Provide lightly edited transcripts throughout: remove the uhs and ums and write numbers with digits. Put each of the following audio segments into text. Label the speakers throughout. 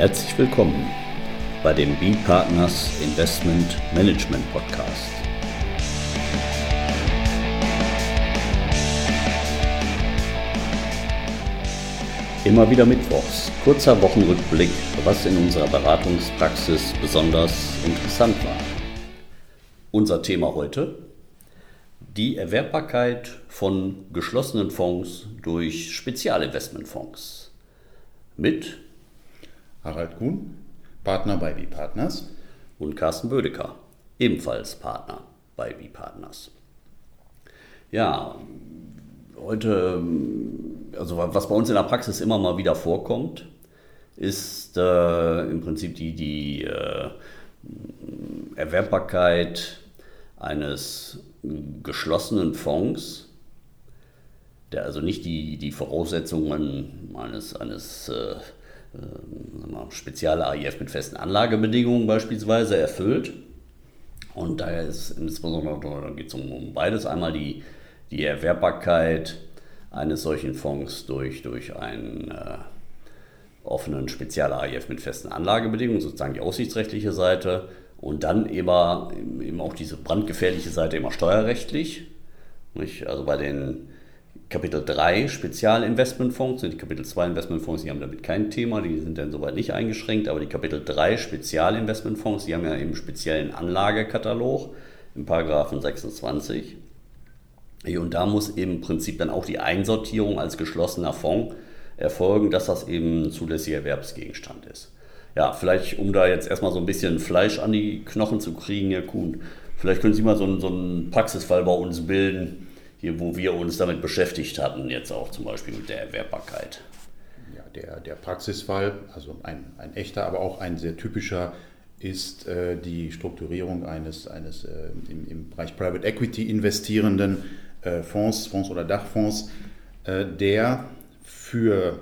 Speaker 1: Herzlich willkommen bei dem B-Partners Investment Management Podcast. Immer wieder mittwochs, kurzer Wochenrückblick, was in unserer Beratungspraxis besonders interessant war. Unser Thema heute: die Erwerbbarkeit von geschlossenen Fonds durch Spezialinvestmentfonds. Mit
Speaker 2: Harald Kuhn, Partner bei B-Partners.
Speaker 1: Und Carsten Bödecker, ebenfalls Partner bei B-Partners. Ja, heute, also was bei uns in der Praxis immer mal wieder vorkommt, ist im Prinzip die Erwerbbarkeit eines geschlossenen Fonds, der also nicht die Voraussetzungen eines Spezial-AIF mit festen Anlagebedingungen beispielsweise erfüllt. Und daher ist insbesondere, geht es um beides, einmal die Erwerbbarkeit eines solchen Fonds durch einen offenen Spezial-AIF mit festen Anlagebedingungen, sozusagen die aussichtsrechtliche Seite, und dann eben auch diese brandgefährliche Seite immer steuerrechtlich. Nicht? Also bei den Kapitel 3 Spezialinvestmentfonds sind die Kapitel 2 Investmentfonds, die haben damit kein Thema, die sind dann soweit nicht eingeschränkt, aber die Kapitel 3 Spezialinvestmentfonds, die haben ja eben speziellen Anlagekatalog im Paragraphen 26. Und da muss eben im Prinzip dann auch die Einsortierung als geschlossener Fonds erfolgen, dass das eben ein zulässiger Erwerbsgegenstand ist. Ja, vielleicht, um da jetzt erstmal so ein bisschen Fleisch an die Knochen zu kriegen, Herr Kuhn, vielleicht können Sie mal so einen Praxisfall bei uns bilden, hier, wo wir uns damit beschäftigt hatten, jetzt auch zum Beispiel mit der Erwerbbarkeit.
Speaker 2: Ja, der Praxisfall, also ein echter, aber auch ein sehr typischer, ist die Strukturierung eines im Bereich Private Equity investierenden Fonds oder Dachfonds, der für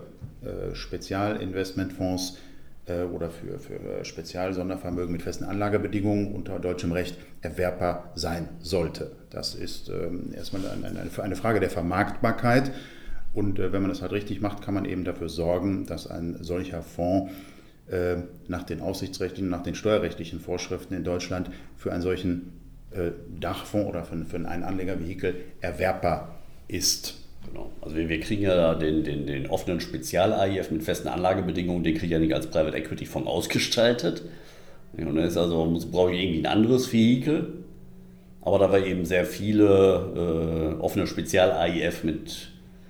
Speaker 2: Spezialinvestmentfonds oder für Spezialsondervermögen mit festen Anlagebedingungen unter deutschem Recht erwerbbar sein sollte. Das ist erstmal eine Frage der Vermarktbarkeit, und wenn man das halt richtig macht, kann man eben dafür sorgen, dass ein solcher Fonds nach den aufsichtsrechtlichen, nach den steuerrechtlichen Vorschriften in Deutschland für einen solchen Dachfonds oder für ein Anlegervehikel erwerbbar ist.
Speaker 1: Genau. Also wir kriegen ja den offenen Spezial-AIF mit festen Anlagebedingungen, den kriege ich ja nicht als Private Equity Fonds ausgestaltet. Und da ist brauche ich irgendwie ein anderes Vehikel. Aber da wir eben sehr viele offene Spezial-AIF mit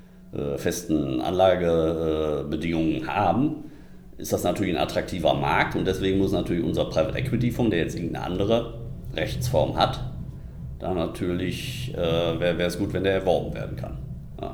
Speaker 1: festen Anlagebedingungen haben, ist das natürlich ein attraktiver Markt, und deswegen muss natürlich unser Private Equity Fonds, der jetzt irgendeine andere Rechtsform hat, da natürlich wäre es gut, wenn der erworben werden kann. Ja.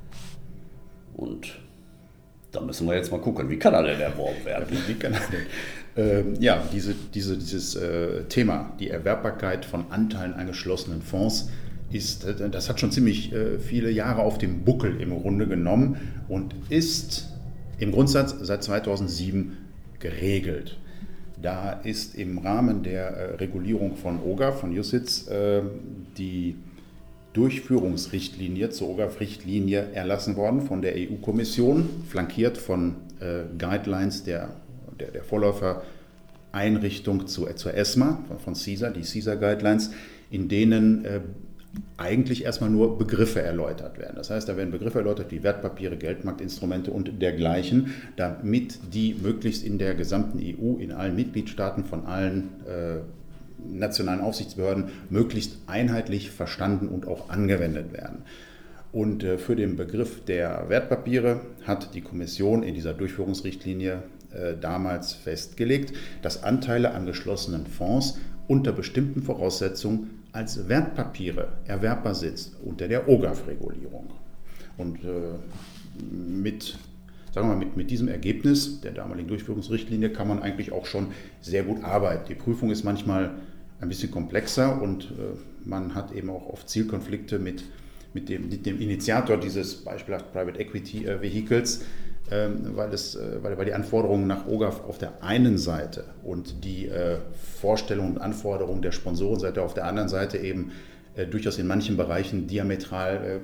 Speaker 1: Und da müssen wir jetzt mal gucken, wie kann er denn erworben werden?
Speaker 2: Wie kann er denn? Dieses Thema, die Erwerbbarkeit von Anteilen an geschlossenen Fonds, das hat schon ziemlich viele Jahre auf dem Buckel im Grunde genommen und ist im Grundsatz seit 2007 geregelt. Da ist im Rahmen der Regulierung von OGAF, von UCITS, die Durchführungsrichtlinie zur OGAF-Richtlinie erlassen worden von der EU-Kommission, flankiert von Guidelines der Vorläufereinrichtung zur ESMA, von CISA, die CISA-Guidelines, in denen eigentlich erstmal nur Begriffe erläutert werden. Das heißt, da werden Begriffe erläutert wie Wertpapiere, Geldmarkinstrumente und dergleichen, damit die möglichst in der gesamten EU, in allen Mitgliedstaaten von allen nationalen Aufsichtsbehörden möglichst einheitlich verstanden und auch angewendet werden. Und für den Begriff der Wertpapiere hat die Kommission in dieser Durchführungsrichtlinie damals festgelegt, dass Anteile an geschlossenen Fonds unter bestimmten Voraussetzungen als Wertpapiere erwerbbar sind unter der OGAF-Regulierung. Und mit diesem Ergebnis der damaligen Durchführungsrichtlinie kann man eigentlich auch schon sehr gut arbeiten. Die Prüfung ist manchmal ein bisschen komplexer, und man hat eben auch oft Zielkonflikte mit dem Initiator dieses beispielhaft Private Equity Vehicles, weil die Anforderungen nach OGAF auf der einen Seite und die Vorstellungen und Anforderungen der Sponsorenseite auf der anderen Seite eben durchaus in manchen Bereichen diametral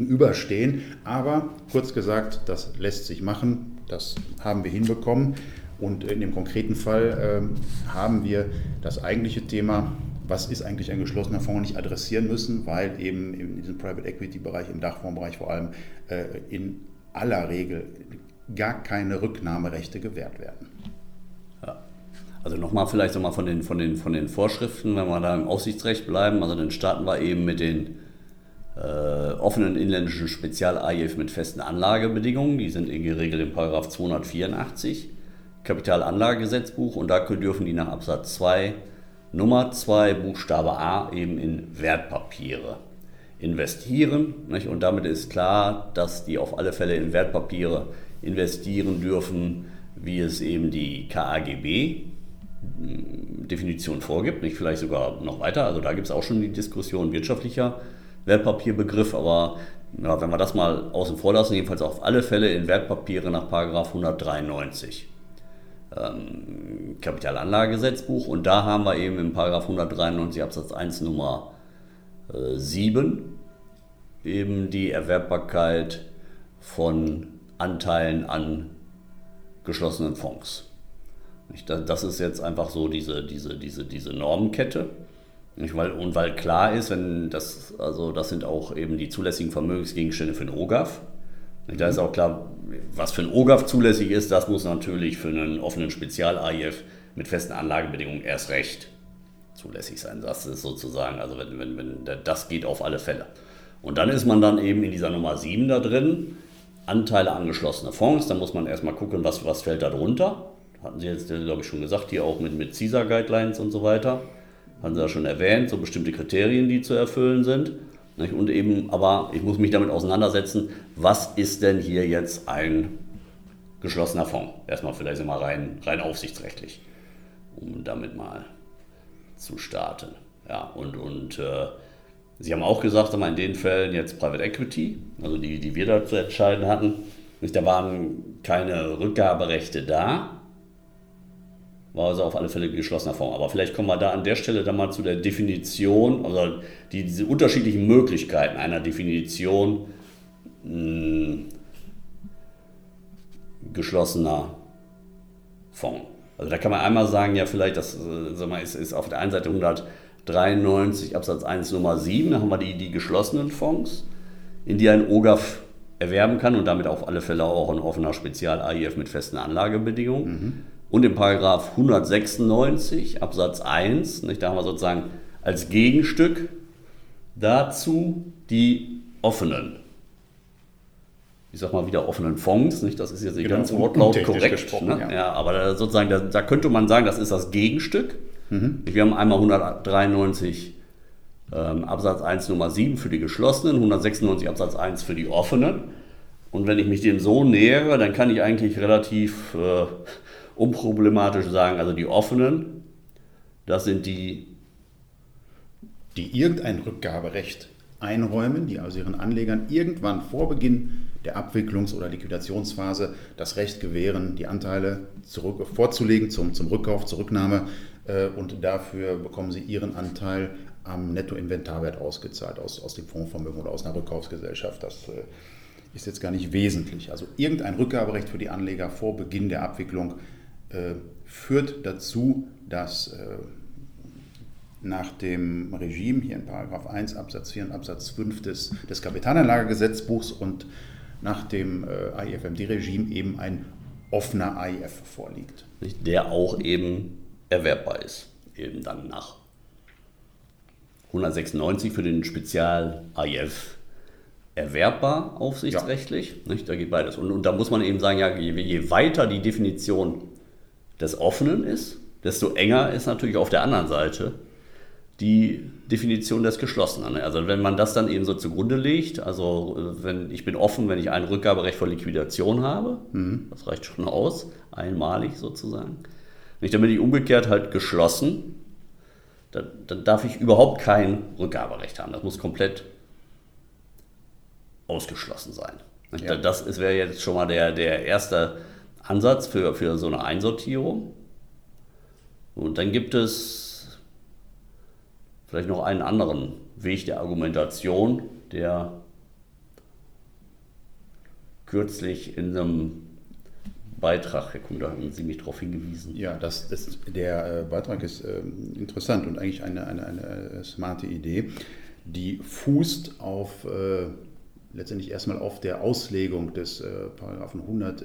Speaker 2: gegenüberstehen. Aber kurz gesagt, das lässt sich machen, das haben wir hinbekommen. Und in dem konkreten Fall haben wir das eigentliche Thema, was ist eigentlich ein geschlossener Fonds, nicht adressieren müssen, weil eben in diesem Private Equity Bereich, im Dachfondsbereich vor allem, in aller Regel gar keine Rücknahmerechte gewährt werden.
Speaker 1: Ja. Also nochmal vielleicht so mal von den Vorschriften, wenn wir da im Aufsichtsrecht bleiben, also dann starten wir eben mit den offenen inländischen Spezial-AIF mit festen Anlagebedingungen, die sind geregelt in § 284 Kapitalanlagegesetzbuch und da dürfen die nach Absatz 2 Nummer 2 Buchstabe A eben in Wertpapiere investieren, nicht? Und damit ist klar, dass die auf alle Fälle in Wertpapiere investieren dürfen, wie es eben die KAGB Definition vorgibt, nicht vielleicht sogar noch weiter, also da gibt es auch schon die Diskussion wirtschaftlicher Wertpapierbegriff, aber ja, wenn wir das mal außen vor lassen, jedenfalls auf alle Fälle in Wertpapiere nach § 193 Kapitalanlagegesetzbuch und da haben wir eben im § 193 Absatz 1 Nummer 7 eben die Erwerbbarkeit von Anteilen an geschlossenen Fonds. Das ist jetzt einfach so diese Normenkette. Weil klar ist, das sind auch eben die zulässigen Vermögensgegenstände für den OGAF. Da ist auch klar, was für ein OGAF zulässig ist, das muss natürlich für einen offenen Spezial-AIF mit festen Anlagebedingungen erst recht zulässig sein. Das ist sozusagen, also das geht auf alle Fälle. Und dann ist man dann eben in dieser Nummer 7 da drin, Anteile an geschlossene Fonds, da muss man erstmal gucken, was fällt da drunter. Hatten Sie jetzt, glaube ich, schon gesagt, hier auch mit CISA-Guidelines und so weiter. Haben Sie ja schon erwähnt, so bestimmte Kriterien, die zu erfüllen sind. Und eben, aber ich muss mich damit auseinandersetzen, was ist denn hier jetzt ein geschlossener Fonds? Erstmal vielleicht mal rein aufsichtsrechtlich, um damit mal zu starten. Ja, und Sie haben auch gesagt, in den Fällen jetzt Private Equity, also die wir da zu entscheiden hatten, da waren keine Rückgaberechte da. War also auf alle Fälle geschlossener Fonds. Aber vielleicht kommen wir da an der Stelle dann mal zu der Definition, also diese unterschiedlichen Möglichkeiten einer Definition geschlossener Fonds. Also da kann man einmal sagen, ja vielleicht, das ist auf der einen Seite 193 Absatz 1 Nummer 7, da haben wir die geschlossenen Fonds, in die ein OGAF erwerben kann und damit auf alle Fälle auch ein offener Spezial-AIF mit festen Anlagebedingungen. Mhm. Und im Paragraph 196 Absatz 1, nicht, da haben wir sozusagen als Gegenstück dazu die offenen, ich sag mal wieder offenen Fonds, nicht, das ist jetzt nicht ganz wortlaut korrekt, ne? Ja, aber sozusagen, da könnte man sagen, das ist das Gegenstück. Mhm. Wir haben einmal 193 Absatz 1 Nummer 7 für die geschlossenen, 196 Absatz 1 für die offenen. Und wenn ich mich dem so nähere, dann kann ich eigentlich relativ unproblematisch sagen, also die offenen, das sind die
Speaker 2: irgendein Rückgaberecht einräumen, die also ihren Anlegern irgendwann vor Beginn der Abwicklungs- oder Liquidationsphase das Recht gewähren, die Anteile vorzulegen zum Rückkauf, zur Rücknahme und dafür bekommen sie ihren Anteil am Nettoinventarwert ausgezahlt aus dem Fondsvermögen oder aus einer Rückkaufsgesellschaft. Das ist jetzt gar nicht wesentlich. Also irgendein Rückgaberecht für die Anleger vor Beginn der Abwicklung führt dazu, dass nach dem Regime hier in Paragraph 1 Absatz 4 und Absatz 5 des Kapitalanlagegesetzbuchs und nach dem AIFMD-Regime eben ein offener AIF vorliegt.
Speaker 1: Der auch eben erwerbbar ist, eben dann nach 196 für den Spezial-AIF erwerbbar aufsichtsrechtlich, ja. Nicht? Da geht beides. Und da muss man eben sagen, ja, je weiter die Definition des Offenen ist, desto enger ist natürlich auf der anderen Seite die Definition des Geschlossenen. Also wenn man das dann eben so zugrunde legt, also ich bin offen, wenn ich ein Rückgaberecht vor Liquidation habe, das reicht schon aus, einmalig sozusagen. Dann bin ich umgekehrt halt geschlossen, dann darf ich überhaupt kein Rückgaberecht haben. Das muss komplett ausgeschlossen sein. Ja. Das wäre jetzt schon mal der erste Ansatz für so eine Einsortierung. Und dann gibt es vielleicht noch einen anderen Weg der Argumentation, der kürzlich in einem Beitrag, Herr Kuhn, da haben Sie mich darauf hingewiesen.
Speaker 2: Ja, der Beitrag ist interessant und eigentlich eine smarte Idee, die fußt auf letztendlich erstmal auf der Auslegung des Paragraphen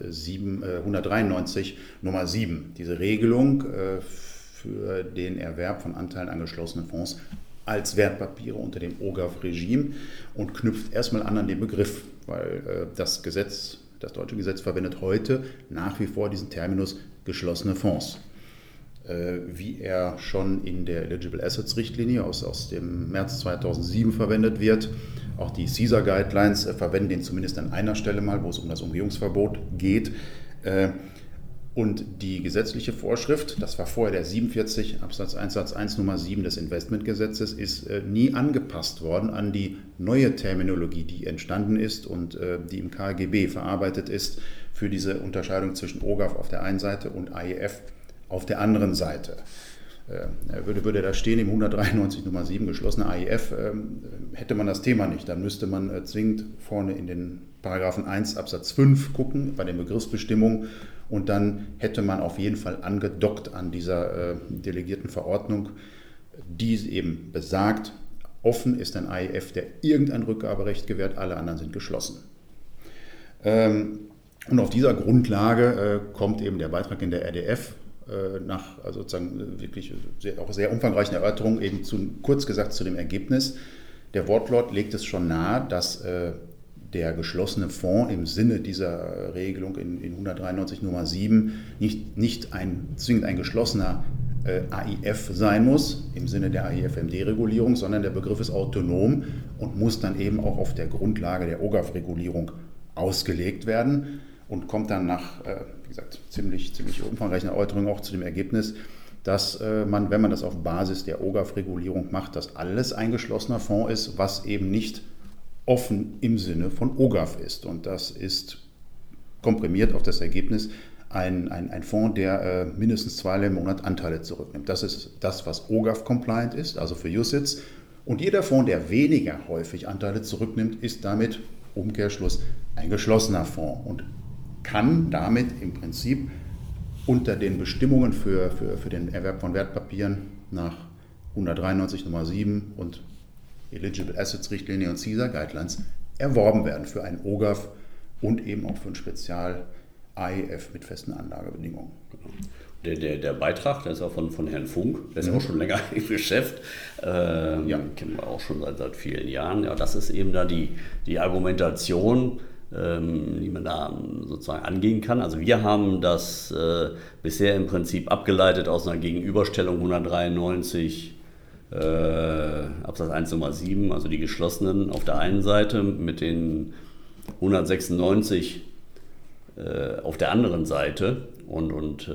Speaker 2: 193 Nummer 7, diese Regelung für den Erwerb von Anteilen an geschlossenen Fonds als Wertpapiere unter dem OGAF-Regime und knüpft erstmal an den Begriff, weil das deutsche Gesetz verwendet heute nach wie vor diesen Terminus geschlossene Fonds. Wie er schon in der Eligible Assets Richtlinie aus dem März 2007 verwendet wird. Auch die CISA Guidelines verwenden den zumindest an einer Stelle mal, wo es um das Umgehungsverbot geht. Und die gesetzliche Vorschrift, das war vorher der 47 Absatz 1 Satz 1 Nummer 7 des Investmentgesetzes, ist nie angepasst worden an die neue Terminologie, die entstanden ist und die im KGB verarbeitet ist für diese Unterscheidung zwischen OGAF auf der einen Seite und AIF auf der anderen Seite. Würde da stehen im 193 Nummer 7 geschlossene AIF, hätte man das Thema nicht. Dann müsste man zwingend vorne in den Paragraphen 1 Absatz 5 gucken bei den Begriffsbestimmungen und dann hätte man auf jeden Fall angedockt an dieser delegierten Verordnung, die eben besagt, offen ist ein AIF, der irgendein Rückgaberecht gewährt, alle anderen sind geschlossen. Und auf dieser Grundlage kommt eben der Beitrag in der RDF nach sozusagen wirklich sehr umfangreichen Erörterungen eben kurz gesagt zu dem Ergebnis. Der Wortlaut legt es schon nahe, dass der geschlossene Fonds im Sinne dieser Regelung in 193 Nummer 7 nicht zwingend ein geschlossener AIF sein muss, im Sinne der AIFMD-Regulierung, sondern der Begriff ist autonom und muss dann eben auch auf der Grundlage der OGAF-Regulierung ausgelegt werden. Und kommt dann nach, wie gesagt, ziemlich umfangreichen Erläuterungen auch zu dem Ergebnis, dass man, wenn man das auf Basis der OGAF-Regulierung macht, dass alles ein geschlossener Fonds ist, was eben nicht offen im Sinne von OGAF ist. Und das ist komprimiert auf das Ergebnis ein Fonds, der mindestens 2 im Monat Anteile zurücknimmt. Das ist das, was OGAF-compliant ist, also für UCITS. Und jeder Fonds, der weniger häufig Anteile zurücknimmt, ist damit Umkehrschluss ein geschlossener Fonds und kann damit im Prinzip unter den Bestimmungen für den Erwerb von Wertpapieren nach 193 Nummer 7 und Eligible Assets Richtlinie und CISA Guidelines erworben werden für einen OGAF und eben auch für ein Spezial-AIF mit festen Anlagebedingungen.
Speaker 1: Der Beitrag, der ist auch von Herrn Funk, der ist ja auch schon länger im Geschäft, kennen wir auch schon seit vielen Jahren. Ja, das ist eben da die Argumentation, die man da sozusagen angehen kann. Also wir haben das bisher im Prinzip abgeleitet aus einer Gegenüberstellung 193 Absatz 1 Nummer 7, also die geschlossenen auf der einen Seite mit den 196 auf der anderen Seite und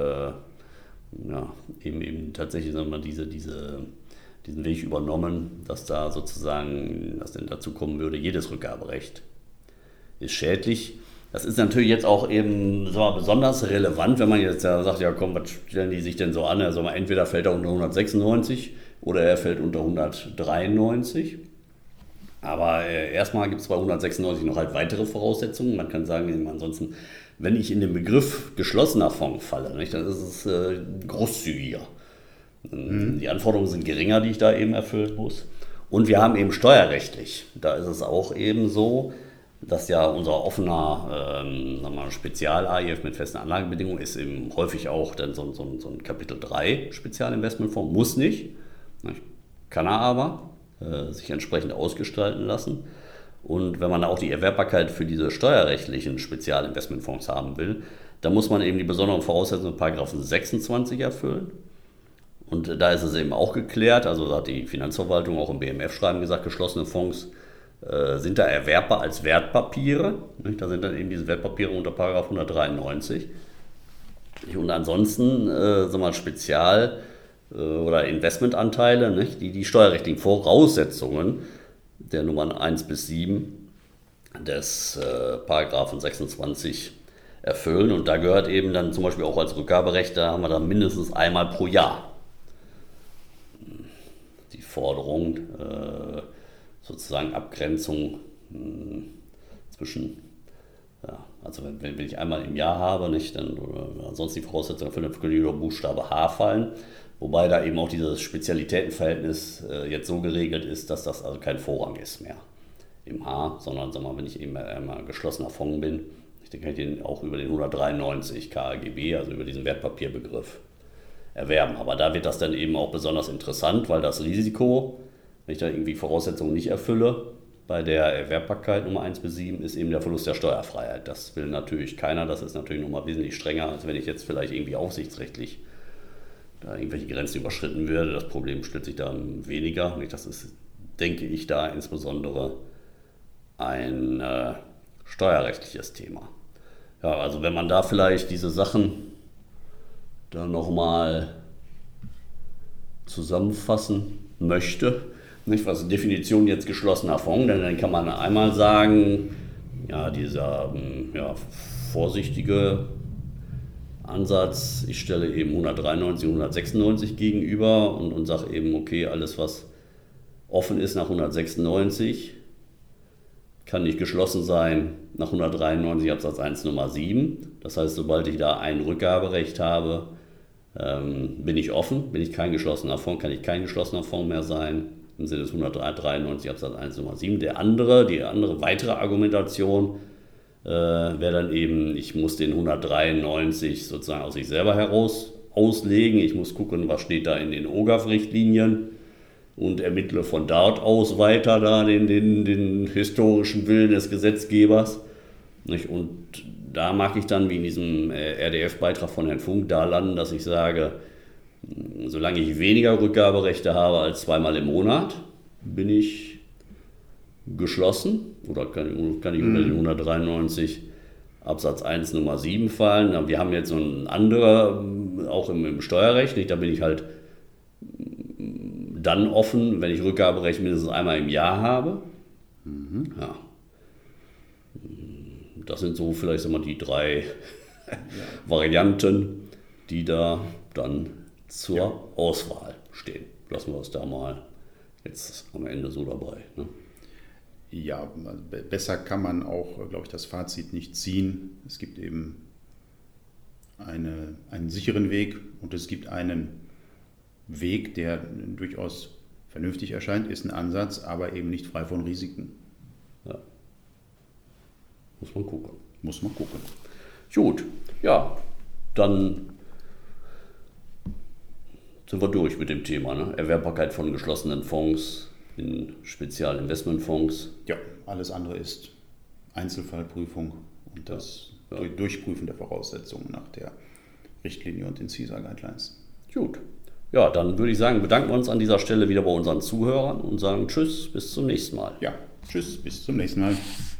Speaker 1: eben tatsächlich sagen wir, diesen Weg übernommen, dass da sozusagen, dass denn dazu kommen würde, jedes Rückgaberecht ist schädlich. Das ist natürlich jetzt auch eben besonders relevant, wenn man jetzt sagt, ja komm, was stellen die sich denn so an? Also entweder fällt er unter 196 oder er fällt unter 193. Aber erstmal gibt es bei 196 noch halt weitere Voraussetzungen. Man kann sagen, ansonsten, wenn ich in den Begriff geschlossener Fonds falle, nicht, dann ist es großzügiger. Die Anforderungen sind geringer, die ich da eben erfüllen muss. Und wir haben eben steuerrechtlich, da ist es auch eben so, dass ja unser offener Spezial-AIF mit festen Anlagebedingungen ist eben häufig auch dann so ein Kapitel 3 Spezialinvestmentfonds, muss nicht, kann er aber sich entsprechend ausgestalten lassen. Und wenn man auch die Erwerbbarkeit für diese steuerrechtlichen Spezialinvestmentfonds haben will, dann muss man eben die besonderen Voraussetzungen Paragraphen 26 erfüllen. Und da ist es eben auch geklärt, also hat die Finanzverwaltung auch im BMF-Schreiben gesagt, geschlossene Fonds sind da erwerbbar als Wertpapiere. Nicht? Da sind dann eben diese Wertpapiere unter Paragraph 193. Und ansonsten Spezial- oder Investmentanteile, nicht? Die steuerrechtlichen Voraussetzungen der Nummern 1 bis 7 des Paragraphen 26 erfüllen. Und da gehört eben dann zum Beispiel auch als Rückgaberecht, da haben wir dann mindestens einmal pro Jahr die Forderung, sozusagen Abgrenzung zwischen Also wenn ich einmal im Jahr habe, nicht, dann oder ansonsten die Voraussetzungen erfüllen, dann könnte nur Buchstabe H fallen. Wobei da eben auch dieses Spezialitätenverhältnis jetzt so geregelt ist, dass das also kein Vorrang ist mehr im H, sondern sag mal, wenn ich eben einmal geschlossener Fonds bin, dann kann ich den auch über den 193 KGB, also über diesen Wertpapierbegriff, erwerben. Aber da wird das dann eben auch besonders interessant, weil das Risiko, wenn ich da irgendwie Voraussetzungen nicht erfülle, bei der Erwerbbarkeit Nummer 1 bis 7 ist eben der Verlust der Steuerfreiheit. Das will natürlich keiner, das ist natürlich nochmal wesentlich strenger, als wenn ich jetzt vielleicht irgendwie aufsichtsrechtlich da irgendwelche Grenzen überschritten würde. Das Problem stellt sich da weniger. Das ist, denke ich, da insbesondere ein steuerrechtliches Thema. Ja, also wenn man da vielleicht diese Sachen dann nochmal zusammenfassen möchte, nicht, was die Definition jetzt geschlossener Fonds, denn dann kann man einmal sagen, ja, dieser vorsichtige Ansatz, ich stelle eben 193 und 196 gegenüber und sage eben, okay, alles was offen ist nach 196, kann nicht geschlossen sein nach 193 Absatz 1 Nummer 7. Das heißt, sobald ich da ein Rückgaberecht habe, bin ich offen. Bin ich kein geschlossener Fonds, kann ich kein geschlossener Fonds mehr sein. Im Sinne des 193 Absatz 1 Nummer 7. Die andere weitere Argumentation wäre dann eben, ich muss den 193 sozusagen aus sich selber heraus auslegen. Ich muss gucken, was steht da in den OGAF-Richtlinien und ermittle von dort aus weiter da den historischen Willen des Gesetzgebers. Und da mag ich dann, wie in diesem RDF-Beitrag von Herrn Funk, da landen, dass ich sage, solange ich weniger Rückgaberechte habe als zweimal im Monat, bin ich geschlossen oder kann ich unter den 193 Absatz 1 Nummer 7 fallen. Wir haben jetzt so ein anderer, auch im Steuerrecht, nicht? Da bin ich halt dann offen, wenn ich Rückgaberecht mindestens einmal im Jahr habe. Ja. Das sind so vielleicht die 3 Varianten, die da dann zur Auswahl stehen. Lassen wir es da mal jetzt am Ende so dabei. Ne?
Speaker 2: Ja, besser kann man auch, glaube ich, das Fazit nicht ziehen. Es gibt eben einen sicheren Weg und es gibt einen Weg, der durchaus vernünftig erscheint, ist ein Ansatz, aber eben nicht frei von Risiken.
Speaker 1: Ja. Muss man gucken.
Speaker 2: Gut,
Speaker 1: ja, dann sind wir durch mit dem Thema. Ne? Erwerbbarkeit von geschlossenen Fonds in Spezialinvestmentfonds.
Speaker 2: Ja, alles andere ist Einzelfallprüfung und das Durchprüfen der Voraussetzungen nach der Richtlinie und den CISA-Guidelines.
Speaker 1: Gut. Ja, dann würde ich sagen, bedanken wir uns an dieser Stelle wieder bei unseren Zuhörern und sagen Tschüss, bis zum nächsten Mal.
Speaker 2: Ja, tschüss, bis zum nächsten Mal.